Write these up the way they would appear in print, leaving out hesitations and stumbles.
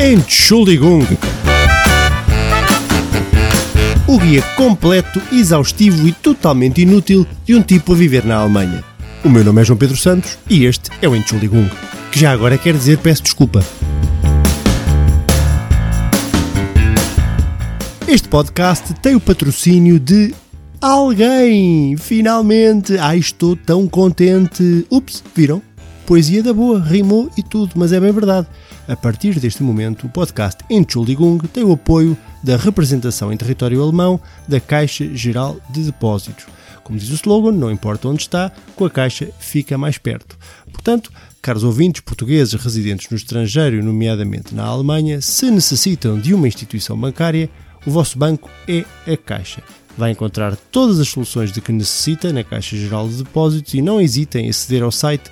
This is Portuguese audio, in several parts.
Entschuldigung. O guia completo, exaustivo e totalmente inútil de um tipo a viver na Alemanha. O meu nome é João Pedro Santos e este é o Entschuldigung, que já agora quer dizer peço desculpa. Este podcast tem o patrocínio de alguém. Finalmente! Ai, estou tão contente. Ups, viram? Poesia da boa, rimou e tudo, mas é bem verdade. A partir deste momento, o podcast Entschuldigung tem o apoio da representação em território alemão da Caixa Geral de Depósitos. Como diz o slogan, não importa onde está, com a Caixa fica mais perto. Portanto, caros ouvintes portugueses residentes no estrangeiro, nomeadamente na Alemanha, se necessitam de uma instituição bancária, o vosso banco é a Caixa. Vai encontrar todas as soluções de que necessita na Caixa Geral de Depósitos e não hesitem em aceder ao site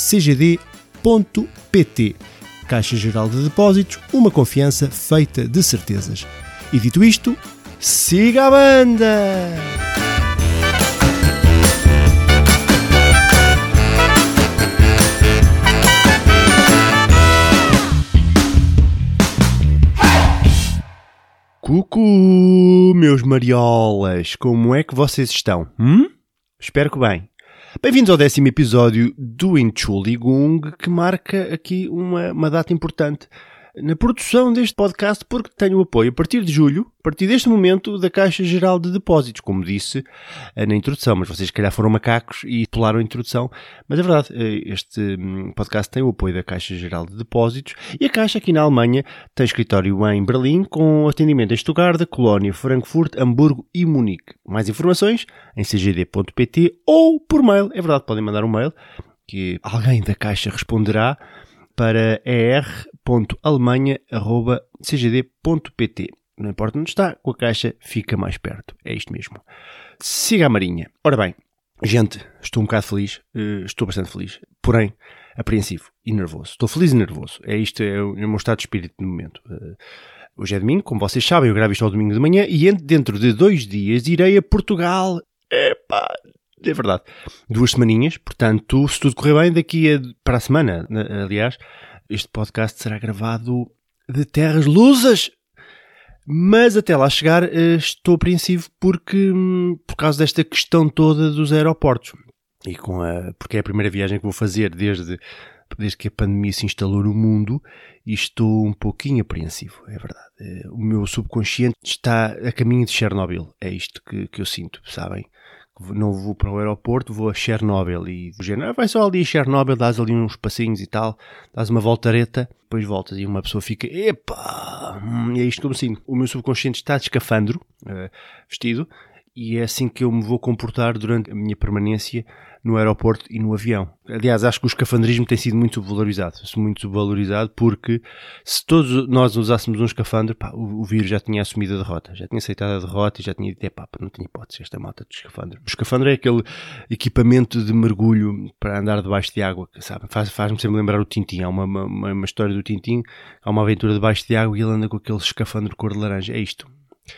cgd.pt. Caixa Geral de Depósitos, uma confiança feita de certezas. E dito isto, siga a banda! Cucu, meus mariolas, como é que vocês estão? Espero que bem. Bem-vindos ao 10º episódio do Entschuldigung, que marca aqui uma data importante na produção deste podcast, porque tenho o apoio a partir de julho, a partir deste momento, da Caixa Geral de Depósitos, como disse na introdução, mas vocês se calhar foram macacos e pularam a introdução, mas é verdade, este podcast tem o apoio da Caixa Geral de Depósitos e a Caixa aqui na Alemanha tem escritório em Berlim, com atendimento em Stuttgart, Colónia, Frankfurt, Hamburgo e Munique. Mais informações em cgd.pt ou por mail, é verdade, podem mandar um mail que alguém da Caixa responderá para er.alemanha@cgd.pt. Não importa onde está, com a Caixa fica mais perto. É isto mesmo. Siga a Marinha. Ora bem, gente, estou um bocado feliz, estou bastante feliz, porém apreensivo e nervoso. Estou feliz e nervoso. Isto é o meu estado de espírito no momento. Hoje é domingo, como vocês sabem, eu gravo isto ao domingo de manhã e dentro de 2 dias irei a Portugal. Epá! É verdade. 2 semaninhas, portanto, se tudo correr bem, para a semana, aliás, este podcast será gravado de terras lusas. Mas até lá chegar estou apreensivo por causa desta questão toda dos aeroportos. Porque é a primeira viagem que vou fazer desde que a pandemia se instalou no mundo e estou um pouquinho apreensivo, é verdade. O meu subconsciente está a caminho de Chernobyl. É isto que eu sinto, sabem? Não vou para o aeroporto, vou a Chernobyl e vai só ali a Chernobyl, dás ali uns passinhos e tal, dás uma voltareta, depois voltas e uma pessoa fica, epá, e é isto que eu me sinto. O meu subconsciente está de escafandro, vestido, e é assim que eu me vou comportar durante a minha permanência no aeroporto e no avião. Aliás, acho que o escafandrismo tem sido muito valorizado porque se todos nós usássemos um escafandro, o vírus já tinha assumido a derrota, já tinha aceitado a derrota e já tinha dito, não tinha hipótese esta malta de escafandro. O escafandro é aquele equipamento de mergulho para andar debaixo de água, sabe? Faz-me sempre lembrar o Tintin. Há uma história do Tintin, há uma aventura debaixo de água e ele anda com aquele escafandro cor de laranja. É isto.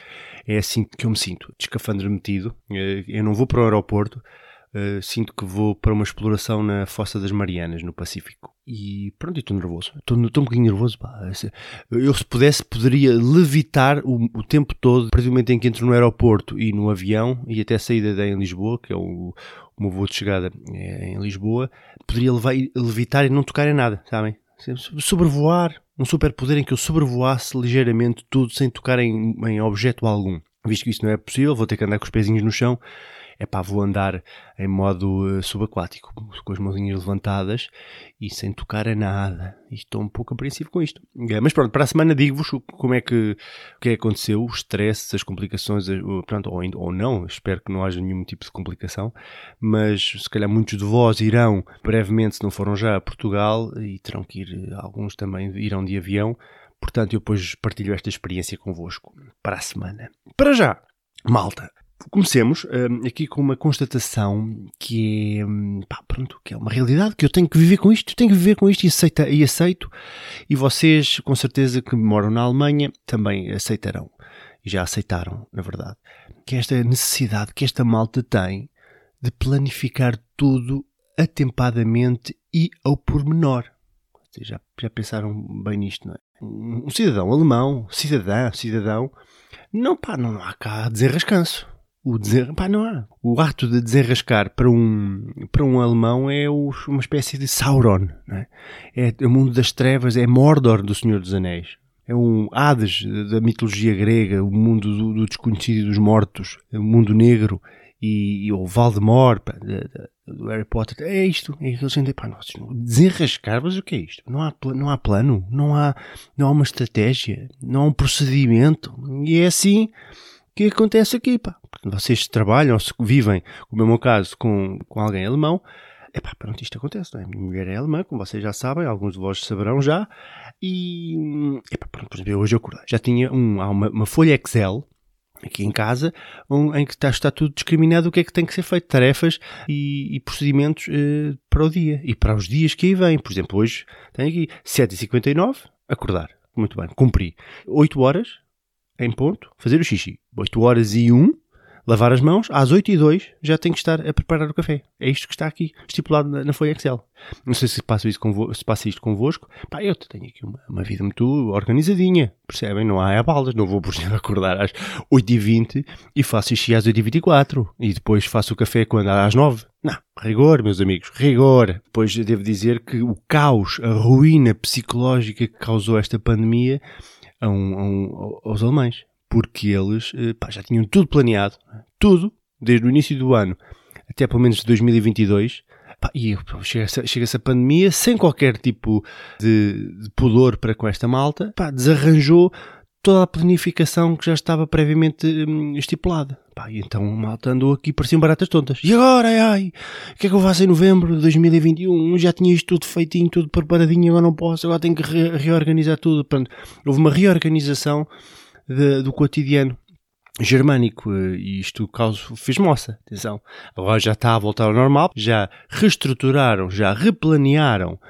É assim que eu me sinto, de escafandro metido. Eu não vou para o aeroporto, sinto que vou para uma exploração na Fossa das Marianas, no Pacífico. E pronto, estou nervoso. Estou um bocadinho nervoso. Eu, se pudesse, poderia levitar o tempo todo, a partir do momento em que entro no aeroporto e no avião, e até a saída em Lisboa, que é o meu voo de chegada em Lisboa, poderia levitar e não tocar em nada, sabem? Sobrevoar, um superpoder em que eu sobrevoasse ligeiramente tudo sem tocar em objeto algum. Visto que isso não é possível, vou ter que andar com os pezinhos no chão. Vou andar em modo subaquático, com as mãozinhas levantadas e sem tocar a nada. E estou um pouco apreensivo com isto. Mas pronto, para a semana digo-vos o que aconteceu, os stresses, as complicações, pronto, ou não, espero que não haja nenhum tipo de complicação, mas se calhar muitos de vós irão brevemente, se não foram já, a Portugal e terão que ir, alguns também irão de avião, portanto eu depois partilho esta experiência convosco para a semana. Para já, malta! Comecemos aqui com uma constatação que é, que é uma realidade, que eu tenho que viver com isto, e aceito, e vocês, com certeza que moram na Alemanha, também aceitarão, e já aceitaram, na verdade, que é esta necessidade que esta malta tem de planificar tudo atempadamente e ao pormenor. Vocês já pensaram bem nisto, não é? um cidadão alemão, cidadão, não há cá desenrascanço. Não há. O ato de desenrascar para um alemão é uma espécie de Sauron, não é? É o mundo das trevas, é Mordor do Senhor dos Anéis. É um Hades da mitologia grega, o mundo do desconhecido e dos mortos, o mundo negro e o Voldemort do Harry Potter. É isto. É aquilo que desenrascar, mas o que é isto? Não há plano, não há uma estratégia, não há um procedimento. E é assim que acontece aqui, pá. Vocês trabalham ou se vivem, como é o meu caso, com alguém alemão, pronto, isto acontece, não é? A minha mulher é alemã, como vocês já sabem, alguns de vós saberão já, e, pronto, por exemplo, hoje eu acordei. Já tinha uma folha Excel aqui em casa, em que está tudo discriminado o que é que tem que ser feito, tarefas e procedimentos para o dia, e para os dias que aí vêm. Por exemplo, hoje tenho aqui 7h59, acordar, muito bem, cumpri. 8 horas, em ponto, fazer o xixi. 8h01, lavar as mãos. Às 8h02 já tenho que estar a preparar o café. É isto que está aqui estipulado na folha Excel. Não sei se passa isto convosco. Eu tenho aqui uma vida muito organizadinha. Percebem? Não há balas. Não vou, por exemplo, acordar às 8h20 e faço xixi às 8h24. E depois faço o café quando às 9h. Não. Rigor, meus amigos. Rigor. Depois devo dizer que o caos, a ruína psicológica que causou esta pandemia aos alemães, porque eles já tinham tudo planeado, tudo, desde o início do ano até pelo menos 2022, e chega essa pandemia sem qualquer tipo de pudor para com esta malta, desarranjou toda a planificação que já estava previamente estipulada. E então a malta andou aqui, pareciam baratas tontas. E agora, o que é que eu faço em novembro de 2021? Já tinha isto tudo feitinho, tudo preparadinho, agora não posso, agora tenho que reorganizar tudo. Portanto, houve uma reorganização do cotidiano germânico, e isto fez moça, atenção. Agora já está a voltar ao normal, já reestruturaram, já replanearam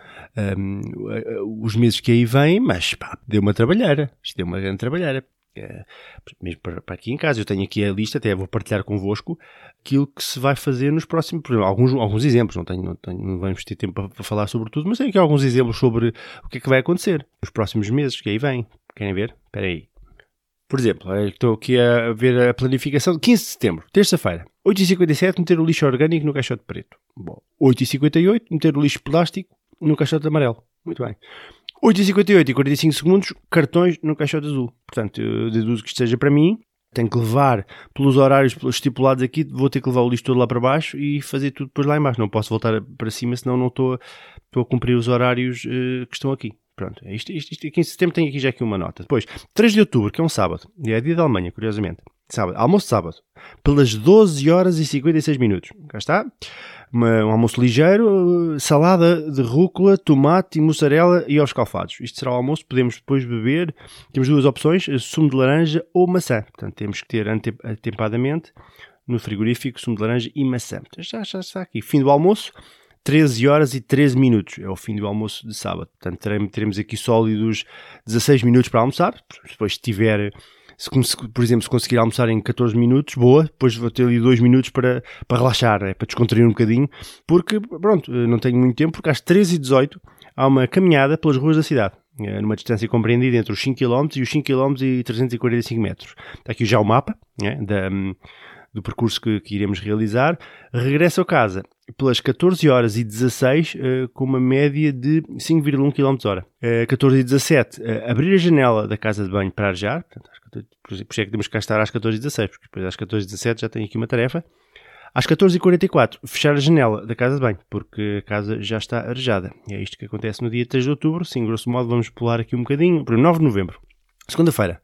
os meses que aí vêm, mas deu uma trabalheira, isto deu uma grande trabalheira. Mesmo para aqui em casa, eu tenho aqui a lista, até vou partilhar convosco aquilo que se vai fazer nos próximos, por exemplo, alguns exemplos, não vamos ter tempo para falar sobre tudo, mas tenho aqui alguns exemplos sobre o que é que vai acontecer nos próximos meses que aí vêm. Querem ver? Espera aí. Por exemplo, estou aqui a ver a planificação de 15 de setembro, terça-feira. 8h57, meter o lixo orgânico no caixote preto. Bom, 8h58, meter o lixo plástico no caixote amarelo. Muito bem. 8h58 e 45 segundos, cartões no caixote azul. Portanto, eu deduzo que isto seja para mim. Tenho que levar pelos horários estipulados aqui, vou ter que levar o lixo todo lá para baixo e fazer tudo depois lá em baixo. Não posso voltar para cima, senão não estou a cumprir os horários que estão aqui. Pronto, isto aqui em setembro tenho aqui já aqui uma nota. Depois, 3 de outubro, que é um sábado, e é dia da Alemanha, curiosamente. Sábado, almoço de sábado, pelas 12h56. Cá está. Um almoço ligeiro, salada de rúcula, tomate e mussarela e ovos escalfados. Isto será o almoço, podemos depois beber. Temos duas opções, sumo de laranja ou maçã. Portanto, temos que ter atempadamente no frigorífico sumo de laranja e maçã. Já está aqui. Fim do almoço, 13h13. É o fim do almoço de sábado. Portanto, teremos aqui sólidos 16 minutos para almoçar. Depois, se tiver... por exemplo, se conseguir almoçar em 14 minutos, boa, depois vou ter ali 2 minutos para relaxar, para descontrair um bocadinho, porque, pronto, não tenho muito tempo, porque às 13h18 há uma caminhada pelas ruas da cidade, numa distância compreendida entre os 5 km e os 5 km e 345 metros. Está aqui já o mapa do percurso que iremos realizar. Regresso a casa pelas 14h16, com uma média de 5,1 km/h. 14h17, abrir a janela da casa de banho para arejar. Portanto, por isso é que temos que cá estar às 14h16, porque depois às 14h17 já tenho aqui uma tarefa. Às 14h44, fechar a janela da casa de banho, porque a casa já está arejada. E é isto que acontece no dia 3 de outubro. Sim, grosso modo, vamos pular aqui um bocadinho para 9 de novembro. Segunda-feira.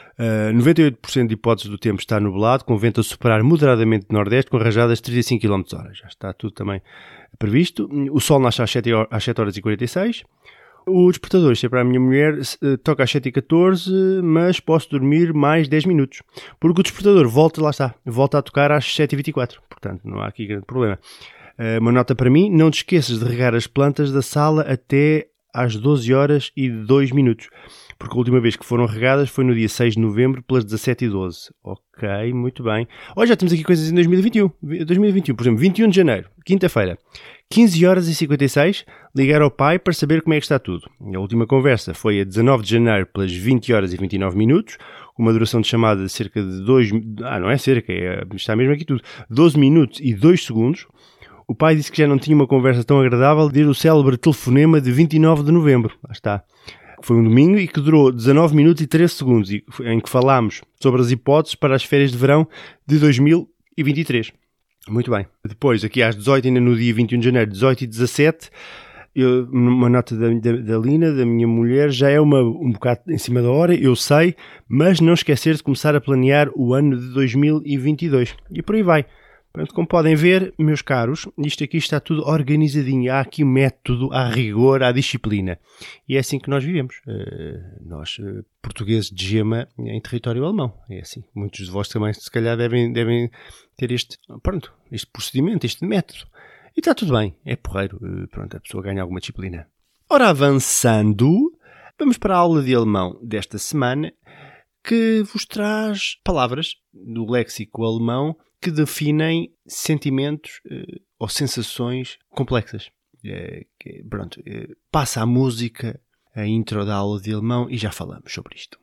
98% de hipóteses do tempo está nublado, com vento a superar moderadamente de nordeste, com rajadas de 35 km/h. Já está tudo também previsto. O sol nasce às 7h46. O despertador, isto é para a minha mulher, toca às 7h14, mas posso dormir mais 10 minutos. Porque o despertador volta a tocar às 7h24. Portanto, não há aqui grande problema. Uma nota para mim, não te esqueças de regar as plantas da sala até às 12h02. Porque a última vez que foram regadas foi no dia 6 de novembro, pelas 17h12. Ok, muito bem. Olha, já temos aqui coisas em 2021. Por exemplo, 21 de janeiro, quinta-feira. 15 horas e 56, ligar ao pai para saber como é que está tudo. A última conversa foi a 19 de janeiro pelas 20 horas e 29 minutos, com uma duração de chamada de cerca de 2... não é cerca, está mesmo aqui tudo. 12 minutos e 2 segundos. O pai disse que já não tinha uma conversa tão agradável desde o célebre telefonema de 29 de novembro. Lá está. Foi um domingo e que durou 19 minutos e 13 segundos, em que falámos sobre as hipóteses para as férias de verão de 2023. Muito bem. Depois, aqui às 18, ainda no dia 21 de janeiro, 18 e 17, uma nota da Lina, da minha mulher, já é um bocado em cima da hora, eu sei, mas não esquecer de começar a planear o ano de 2022. E por aí vai. Portanto, como podem ver, meus caros, isto aqui está tudo organizadinho. Há aqui método, há rigor, há disciplina. E é assim que nós vivemos. Nós, portugueses de gema em território alemão. É assim. Muitos de vós também, se calhar, devem ter este procedimento, este método. E está tudo bem. É porreiro. Pronto, a pessoa ganha alguma disciplina. Ora, avançando, vamos para a aula de alemão desta semana, que vos traz palavras do léxico alemão que definem sentimentos ou sensações complexas. Pronto, passa a música, a intro da aula de alemão e já falamos sobre isto.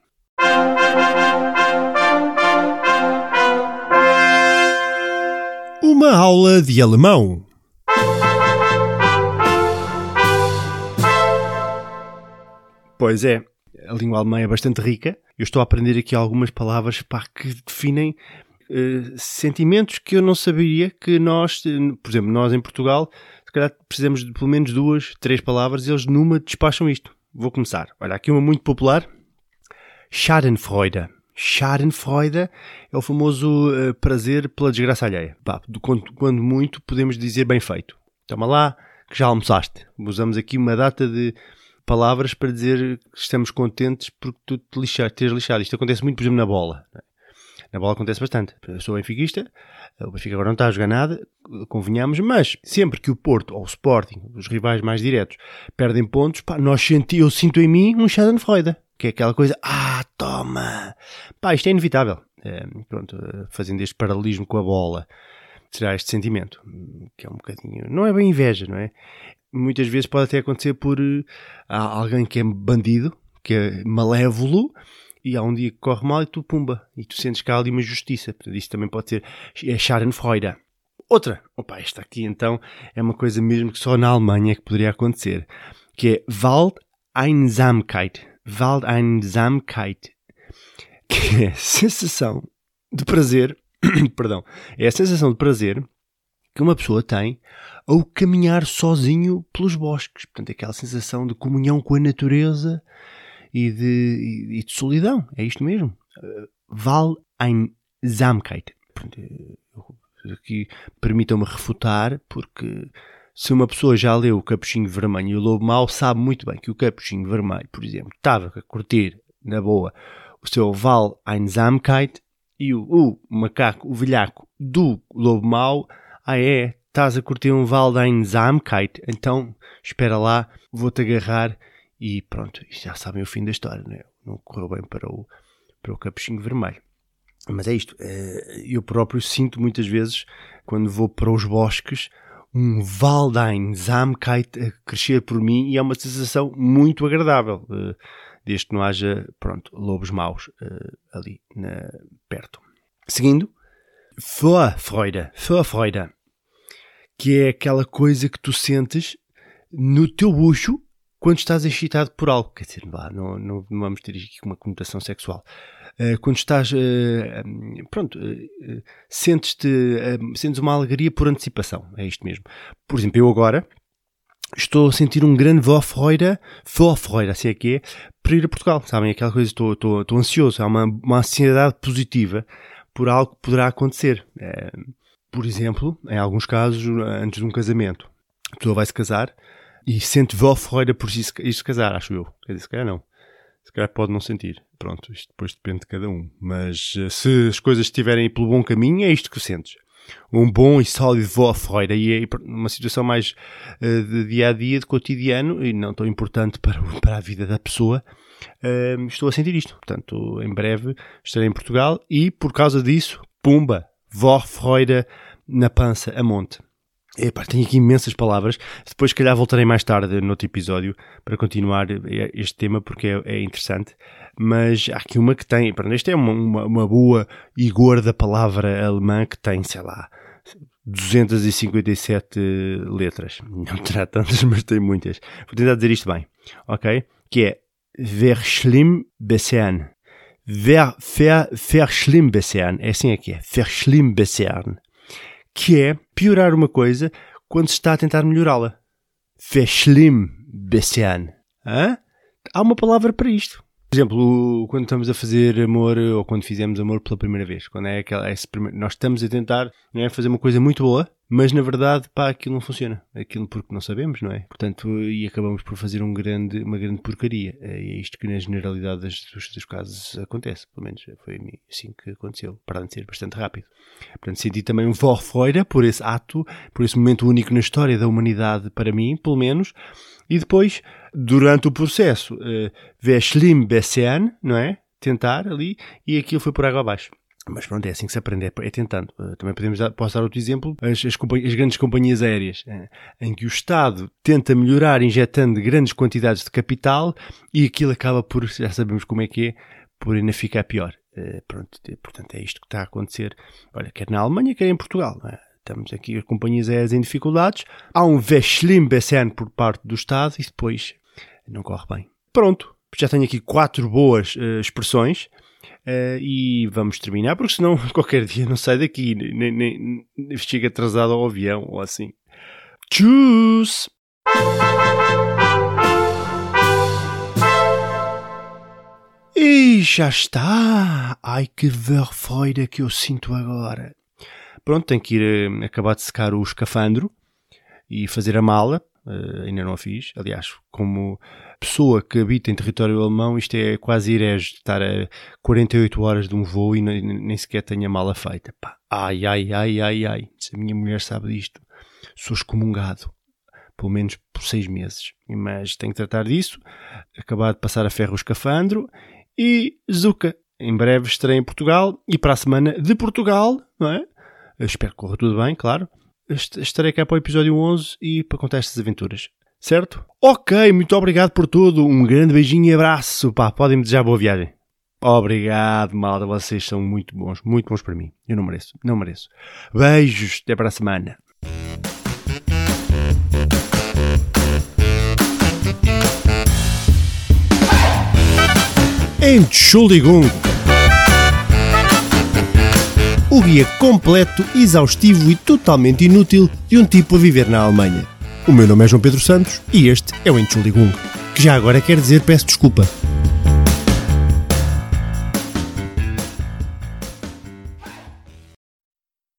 Uma aula de alemão. Pois é, a língua alemã é bastante rica. Eu estou a aprender aqui algumas palavras que definem sentimentos que eu não saberia que nós, por exemplo, nós em Portugal, se calhar precisamos de pelo menos 2, 3 palavras e eles numa despacham isto. Vou começar. Olha, aqui uma muito popular. Schadenfreude. Schadenfreude é o famoso prazer pela desgraça alheia. Quando muito podemos dizer bem feito. Toma lá que já almoçaste. Usamos aqui uma data de palavras para dizer que estamos contentes porque tu teres lixado. Isto acontece muito, por exemplo, na bola. Na bola acontece bastante. Eu sou benfiquista, o Benfica agora não está a jogar nada, convenhamos, mas sempre que o Porto ou o Sporting, os rivais mais diretos, perdem pontos, eu sinto em mim um Schadenfreude, que é aquela coisa, toma! Isto é inevitável. Fazendo este paralelismo com a bola, será este sentimento, que é um bocadinho, não é bem inveja, não é? Muitas vezes pode até acontecer por alguém que é bandido, que é malévolo, e há um dia que corre mal e tu e tu sentes que há ali uma justiça. Portanto, isso também pode ser Schadenfreude. Outra, esta aqui então é uma coisa mesmo que só na Alemanha é que poderia acontecer, que é Waldeinsamkeit. Waldeinsamkeit, que é a sensação de prazer, perdão, é a sensação de prazer que uma pessoa tem ao caminhar sozinho pelos bosques. Portanto, aquela sensação de comunhão com a natureza e de solidão. É isto mesmo. Waldeinsamkeit. Aqui permitam-me refutar, porque se uma pessoa já leu o Capuchinho Vermelho e o Lobo Mau, sabe muito bem que o Capuchinho Vermelho, por exemplo, estava a curtir, na boa, o seu Waldeinsamkeit, e o macaco, o velhaco do Lobo Mau, estás a curtir um Waldeinsamkeit, então espera lá, vou-te agarrar. E pronto, já sabem o fim da história, né? Não correu bem para o Capuchinho Vermelho. Mas é isto, eu próprio sinto muitas vezes, quando vou para os bosques, um Waldeinsamkeit a crescer por mim, e é uma sensação muito agradável, desde que não haja, lobos maus ali perto. Seguindo, Vorfreude, que é aquela coisa que tu sentes no teu bucho quando estás excitado por algo. Quer dizer, não vamos ter aqui uma conotação sexual. Quando estás, sentes uma alegria por antecipação. É isto mesmo. Por exemplo, eu agora estou a sentir um grande Vorfreude, assim é que é, para ir a Portugal. Sabem, aquela coisa, estou ansioso. Há uma ansiedade positiva por algo que poderá acontecer. Por exemplo, em alguns casos, antes de um casamento, a pessoa vai se casar e sente Vorfreude por isso casar, acho eu. Quer dizer, se calhar não. Se calhar pode não sentir. Pronto, isto depois depende de cada um. Mas se as coisas estiverem pelo bom caminho, é isto que sentes. Um bom e sólido Vorfreude. E é uma situação mais de dia-a-dia, de cotidiano, e não tão importante para a vida da pessoa. Estou a sentir isto. Portanto, em breve estarei em Portugal e, por causa disso, pumba, Vorfreude na pança, a monte. Epá, tenho aqui imensas palavras. Depois, se calhar, voltarei mais tarde no outro episódio para continuar este tema, porque é interessante. Mas há aqui uma que tem... Pronto, esta é uma boa e gorda palavra alemã que tem, sei lá, 257 letras. Não terá tantas, mas tem muitas. Vou tentar dizer isto bem, ok? Que é verschlimmbessern. Verschlimmbessern. É assim que é. Verschlimmbessern. Que é piorar uma coisa quando se está a tentar melhorá-la. Verschlimmbessern. Hã? Há uma palavra para isto. Por exemplo, quando estamos a fazer amor, ou quando fizemos amor pela primeira vez, quando é nós estamos a tentar, não é, fazer uma coisa muito boa, mas na verdade, pá, aquilo não funciona. Aquilo porque não sabemos, não é? Portanto, e acabamos por fazer uma grande porcaria. É isto que na generalidade dos casos acontece. Pelo menos foi assim que aconteceu, para de ser bastante rápido. Portanto, senti também um Vorfreude por esse ato, por esse momento único na história da humanidade, para mim, pelo menos. E depois, durante o processo, verschlimmbessern, não é? Tentar ali, e aquilo foi por água abaixo. Mas pronto, é assim que se aprende, é tentando. Também posso dar outro exemplo, as grandes companhias aéreas, em que o Estado tenta melhorar injetando grandes quantidades de capital e aquilo acaba por, já sabemos como é que é, por ainda ficar pior. Portanto, é isto que está a acontecer, olha, quer na Alemanha, quer em Portugal, não é? Estamos aqui as companhias aéreas em dificuldades, há um verschlimmbessern por parte do Estado e depois não corre bem. Pronto, já tenho aqui 4 boas expressões e vamos terminar, porque senão qualquer dia não sai daqui, nem chega atrasado ao avião ou assim. Tschüss! E já está! Ai, que Vorfreude que eu sinto agora! Pronto, tenho que ir acabar de secar o escafandro e fazer a mala. Ainda não a fiz. Aliás, como pessoa que habita em território alemão, isto é quase herege, estar a 48 horas de um voo e nem sequer tenho a mala feita. Pá. Ai. Se a minha mulher sabe disto, sou excomungado. Pelo menos por 6 meses. Mas tenho que tratar disso. Acabar de passar a ferro o escafandro e zuca. Em breve estarei em Portugal e para a semana de Portugal, não é? Eu espero que corra tudo bem, claro. Estarei cá para o episódio 11 e para contar estas aventuras. Certo? Ok, muito obrigado por tudo. Um grande beijinho e abraço. Pá, podem-me desejar boa viagem. Obrigado, malta. Vocês são muito bons para mim. Eu não mereço. Beijos. Até para a semana. Entschuldigung. O guia completo, exaustivo e totalmente inútil de um tipo a viver na Alemanha. O meu nome é João Pedro Santos e este é o Entschuldigung, que já agora quer dizer peço desculpa.